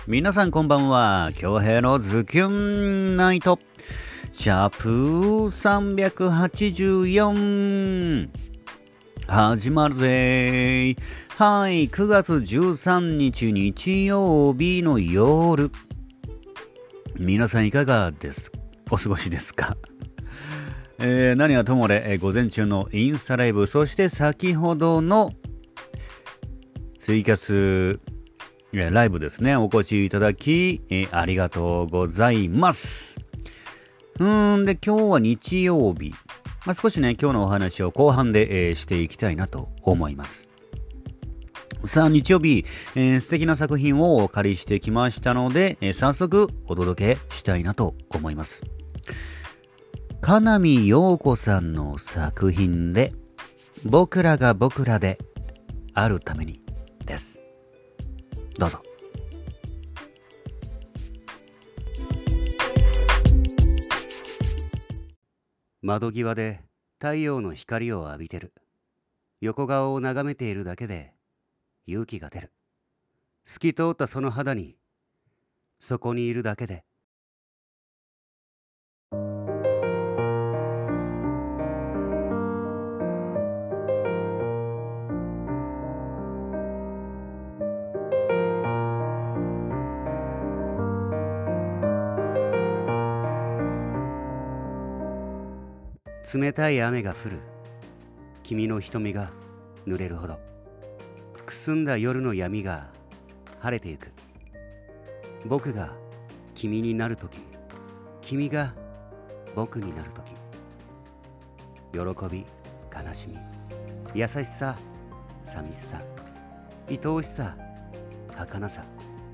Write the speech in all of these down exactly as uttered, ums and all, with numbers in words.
皆さんこんばんは。京平のズキュンナイトシャープさんびゃくはちじゅうよん始まるぜ。はい、くがつじゅうさんにち日曜日の夜、皆さんいかがですお過ごしですか？えー、何はともあれ、えー、午前中のインスタライブ、そして先ほどのツイキャスライブですね、お越しいただき、えー、ありがとうございます。うーんで、今日は日曜日、まあ、少しね、今日のお話を後半で、えー、していきたいなと思います。さあ、日曜日、えー、素敵な作品をお借りしてきましたので、えー、早速お届けしたいなと思います。金見陽子さんの作品で、僕らが僕らであるためにです。どうぞ。窓際で太陽の光を浴びてる。横顔を眺めているだけで勇気が出る。透き通ったその肌に、そこにいるだけで。冷たい雨が降る。君の瞳が濡れるほど。くすんだ夜の闇が晴れてゆく。僕が君になるとき、君が僕になるとき。喜び、悲しみ、優しさ、寂しさ、愛おしさ、儚さ。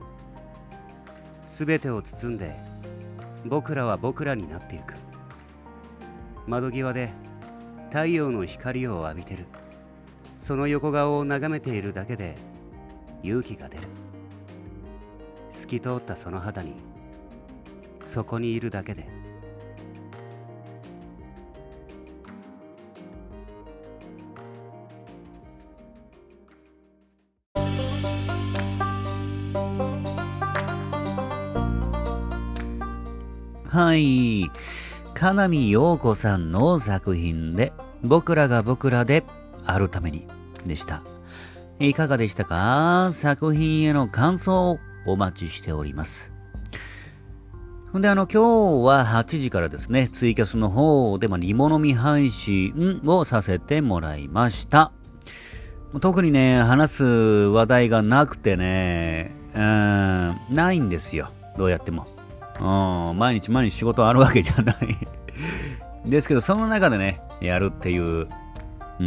すべてを包んで僕らは僕らになってゆく。窓際で太陽の光を浴びてる。その横顔を眺めているだけで勇気が出る。透き通ったその肌に、そこにいるだけで。はい、金見陽子さんの作品で、僕らが僕らであるためにでした。いかがでしたか？作品への感想をお待ちしております。ほんで、あの、今日ははちじからですね、ツイキャスの方で、まあ、リモ飲み配信をさせてもらいました。特にね、話す話題がなくてね、うーん、ないんですよ。どうやっても。うん、毎日毎日仕事あるわけじゃないですけど、その中でねやるっていう、うん、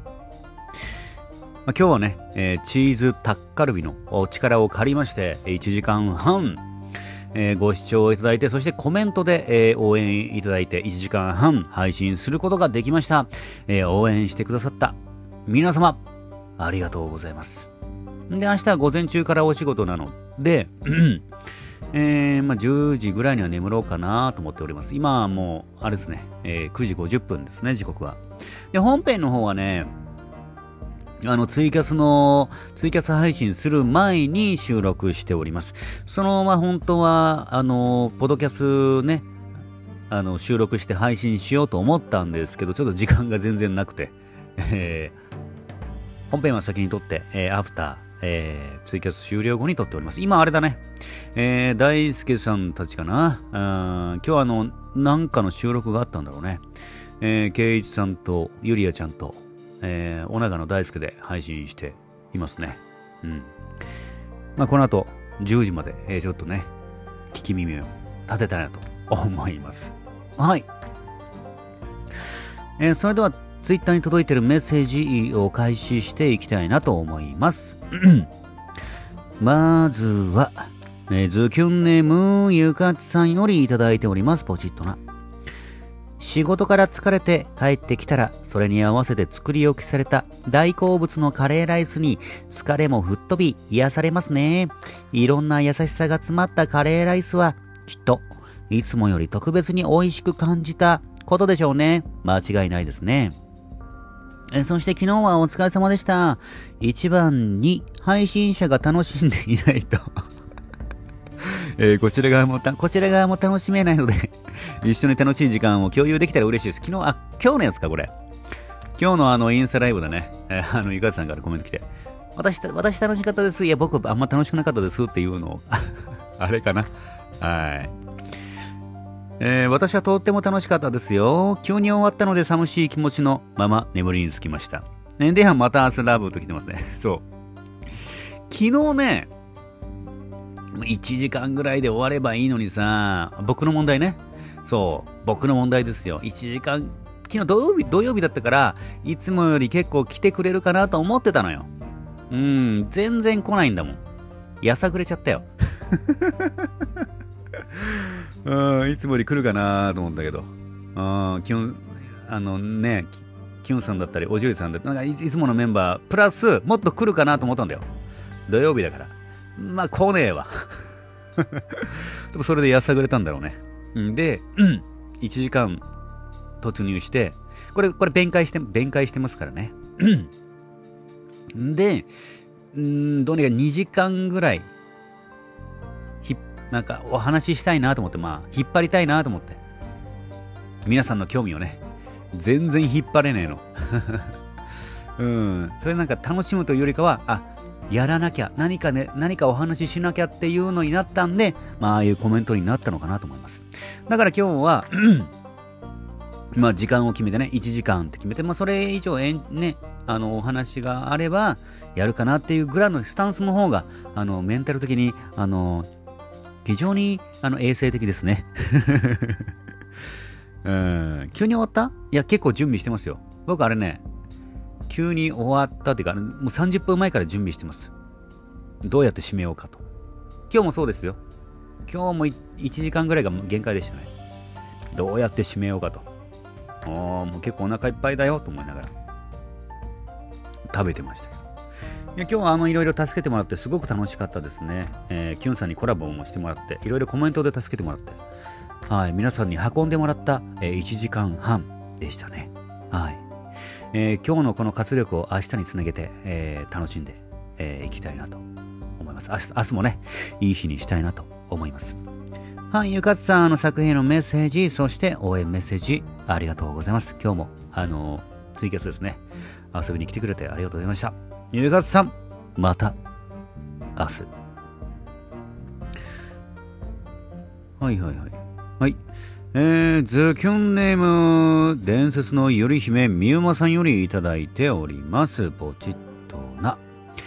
まあ、今日はね、えー、チーズタッカルビのお力を借りましていちじかんはん、えー、ご視聴いただいて、そしてコメントで、えー、応援いただいていちじかんはん配信することができました。えー、応援してくださった皆様ありがとうございます。で、明日は午前中からお仕事なのでえーまあ、じゅうじぐらいには眠ろうかなと思っております。今はもう、あれですね、えー、くじごじゅっぷんですね、時刻は。で、本編の方はね、あの、ツイキャスの、ツイキャス配信する前に収録しております。そのまま本当は、あの、ポドキャスね、あの、収録して配信しようと思ったんですけど、ちょっと時間が全然なくて、えー、本編は先に撮って、えー、アフター、えー、ツイキャス終了後に撮っております。今あれだね、えー、大輔さんたちかな、あ今日はあのなんかの収録があったんだろうね。えー、圭一さんとゆりやちゃんと、えー、お長の大輔で配信していますね。うん。まあこの後じゅうじまで、えー、ちょっとね聞き耳を立てたいなと思います。はい。えー、それではツイッターに届いているメッセージを開始していきたいなと思います。まずは、えー、ズキュンネームゆかちさんよりいただいております。ポチッとな。仕事から疲れて帰ってきたら、それに合わせて作り置きされた大好物のカレーライスに疲れも吹っ飛び癒されますね。いろんな優しさが詰まったカレーライスはきっといつもより特別に美味しく感じたことでしょうね。間違いないですね。えそして昨日はお疲れ様でした。一番に配信者が楽しんでいないとえーこちら側もた、こちら側も楽しめないので、一緒に楽しい時間を共有できたら嬉しいです。昨日、あ、今日のやつか、これ。今日のあの、インスタライブでね、えーあの、ゆかさんからコメント来て、私、私楽しかったです。いや、僕あんま楽しくなかったですっていうのを、あれかな。はい。えー私はとっても楽しかったですよ。急に終わったので寂しい気持ちのまま眠りにつきました。えーではまた明日ラブと来てますね。そう。昨日ね、いちじかんぐらいで終わればいいのにさ、僕の問題ね。そう、僕の問題ですよ。いちじかん、昨日土曜日、土曜日だったから、いつもより結構来てくれるかなと思ってたのよ。うん、全然来ないんだもん。やさぐれちゃったよ。うん、いつもより来るかなと思ったけど。あキュン、あのね、キュンさんだったり、おじゅりさんだったり、なんかいつものメンバー、プラス、もっと来るかなと思ったんだよ。土曜日だから。まあ、来ねえわ。でもそれでやさぐれたんだろうね。で、うん、いちじかん突入して、これ、これ弁解して、弁解してますからね。で、んどうにかにじかんぐらい、ひ、なんかお話ししたいなと思って、まあ、引っ張りたいなと思って。皆さんの興味をね、全然引っ張れねえの。うん、それなんか楽しむというよりかは、あ、やらなきゃ、何かね、何かお話ししなきゃっていうのになったんで、まあ、ああいうコメントになったのかなと思います。だから今日は、まあ、時間を決めてね、いちじかんって決めて、まあ、それ以上、えんね、あの、お話があれば、やるかなっていうぐらいのスタンスの方が、あの、メンタル的に、あの、非常に、あの、衛生的ですね。うん、急に終わった？いや、結構準備してますよ。僕、あれね、急に終わったっていうか、もうさんじゅっぷんまえから準備してます。どうやって締めようかと。今日もそうですよ。今日もいちじかんぐらいが限界でしたね。どうやって締めようかと。おー、もう結構お腹いっぱいだよと思いながら食べてましたけど。いや今日はあのいろいろ助けてもらってすごく楽しかったですね。えー、キュンさんにコラボもしてもらって、いろいろコメントで助けてもらって、はい、皆さんに運んでもらった、えー、いちじかんはんでしたね。はい。えー、今日のこの活力を明日につなげて、えー、楽しんでい、えー、きたいなと思います。明日、明日もね、いい日にしたいなと思います。はい、ゆかつさんの作品へのメッセージ、そして応援メッセージ、ありがとうございます。今日も、あのー、ツイキャスですね、遊びに来てくれてありがとうございました。ゆかつさん、また、明日。はいはいはい。はい。えー、ズキュンネーム、伝説のゆり姫、みゆまさんよりいただいております。ポチッとな。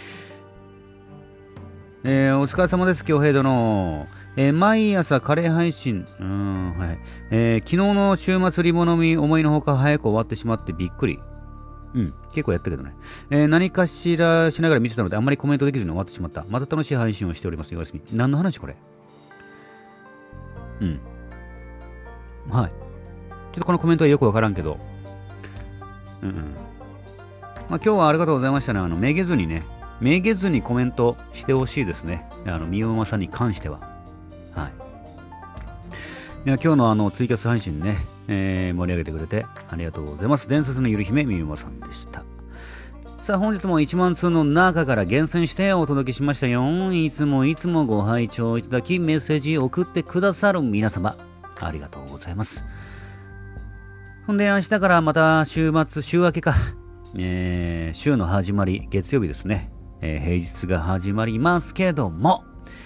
えー、お疲れ様です、京平殿。えー、毎朝カレー配信、うーん、はい。えー、昨日の週末リボ飲み、思いのほか早く終わってしまってびっくり。うん、結構やったけどね。えー、何かしらしながら見てたので、あんまりコメントできずに終わってしまった。また楽しい配信をしております。おやすみ。何の話これ？うん。はい。ちょっとこのコメントはよくわからんけど。うんうん。まあ今日はありがとうございましたね。あの、めげずにね、めげずにコメントしてほしいですね。あの、みゆまさんに関しては。はい。いや今日のあの、ツイキャス配信ね、えー、盛り上げてくれてありがとうございます。伝説のゆる姫みゆまさんでした。さあ本日もいちまん通の中から厳選してお届けしましたよ。いつもいつもご拝聴いただきメッセージ送ってくださる皆様ありがとうございます。ほんで明日からまた週末週明けか、えー、週の始まり月曜日ですね、えー、平日が始まりますけども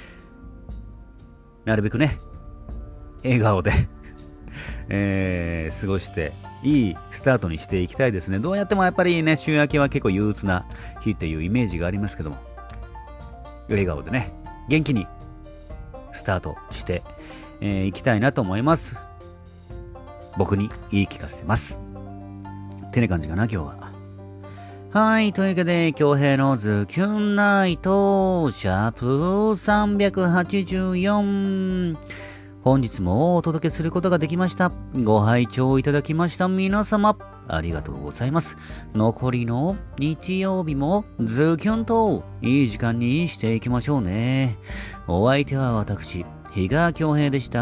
なるべくね笑顔でえー、過ごしていいスタートにしていきたいですね。どうやってもやっぱりね週明けは結構憂鬱な日っていうイメージがありますけども笑顔でね元気にスタートしてい、えー、きたいなと思います。僕に言い聞かせてますってね感じかな今日は。はい、というわけで京平のズキュンナイトシャープさんびゃくはちじゅうよん本日もお届けすることができました。ご拝聴いただきました皆様、ありがとうございます。残りの日曜日もズキュンといい時間にしていきましょうね。お相手は私、比嘉恭平でした。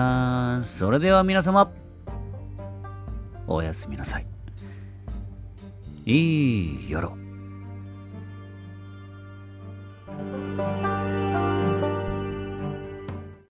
それでは皆様、おやすみなさい。いい夜。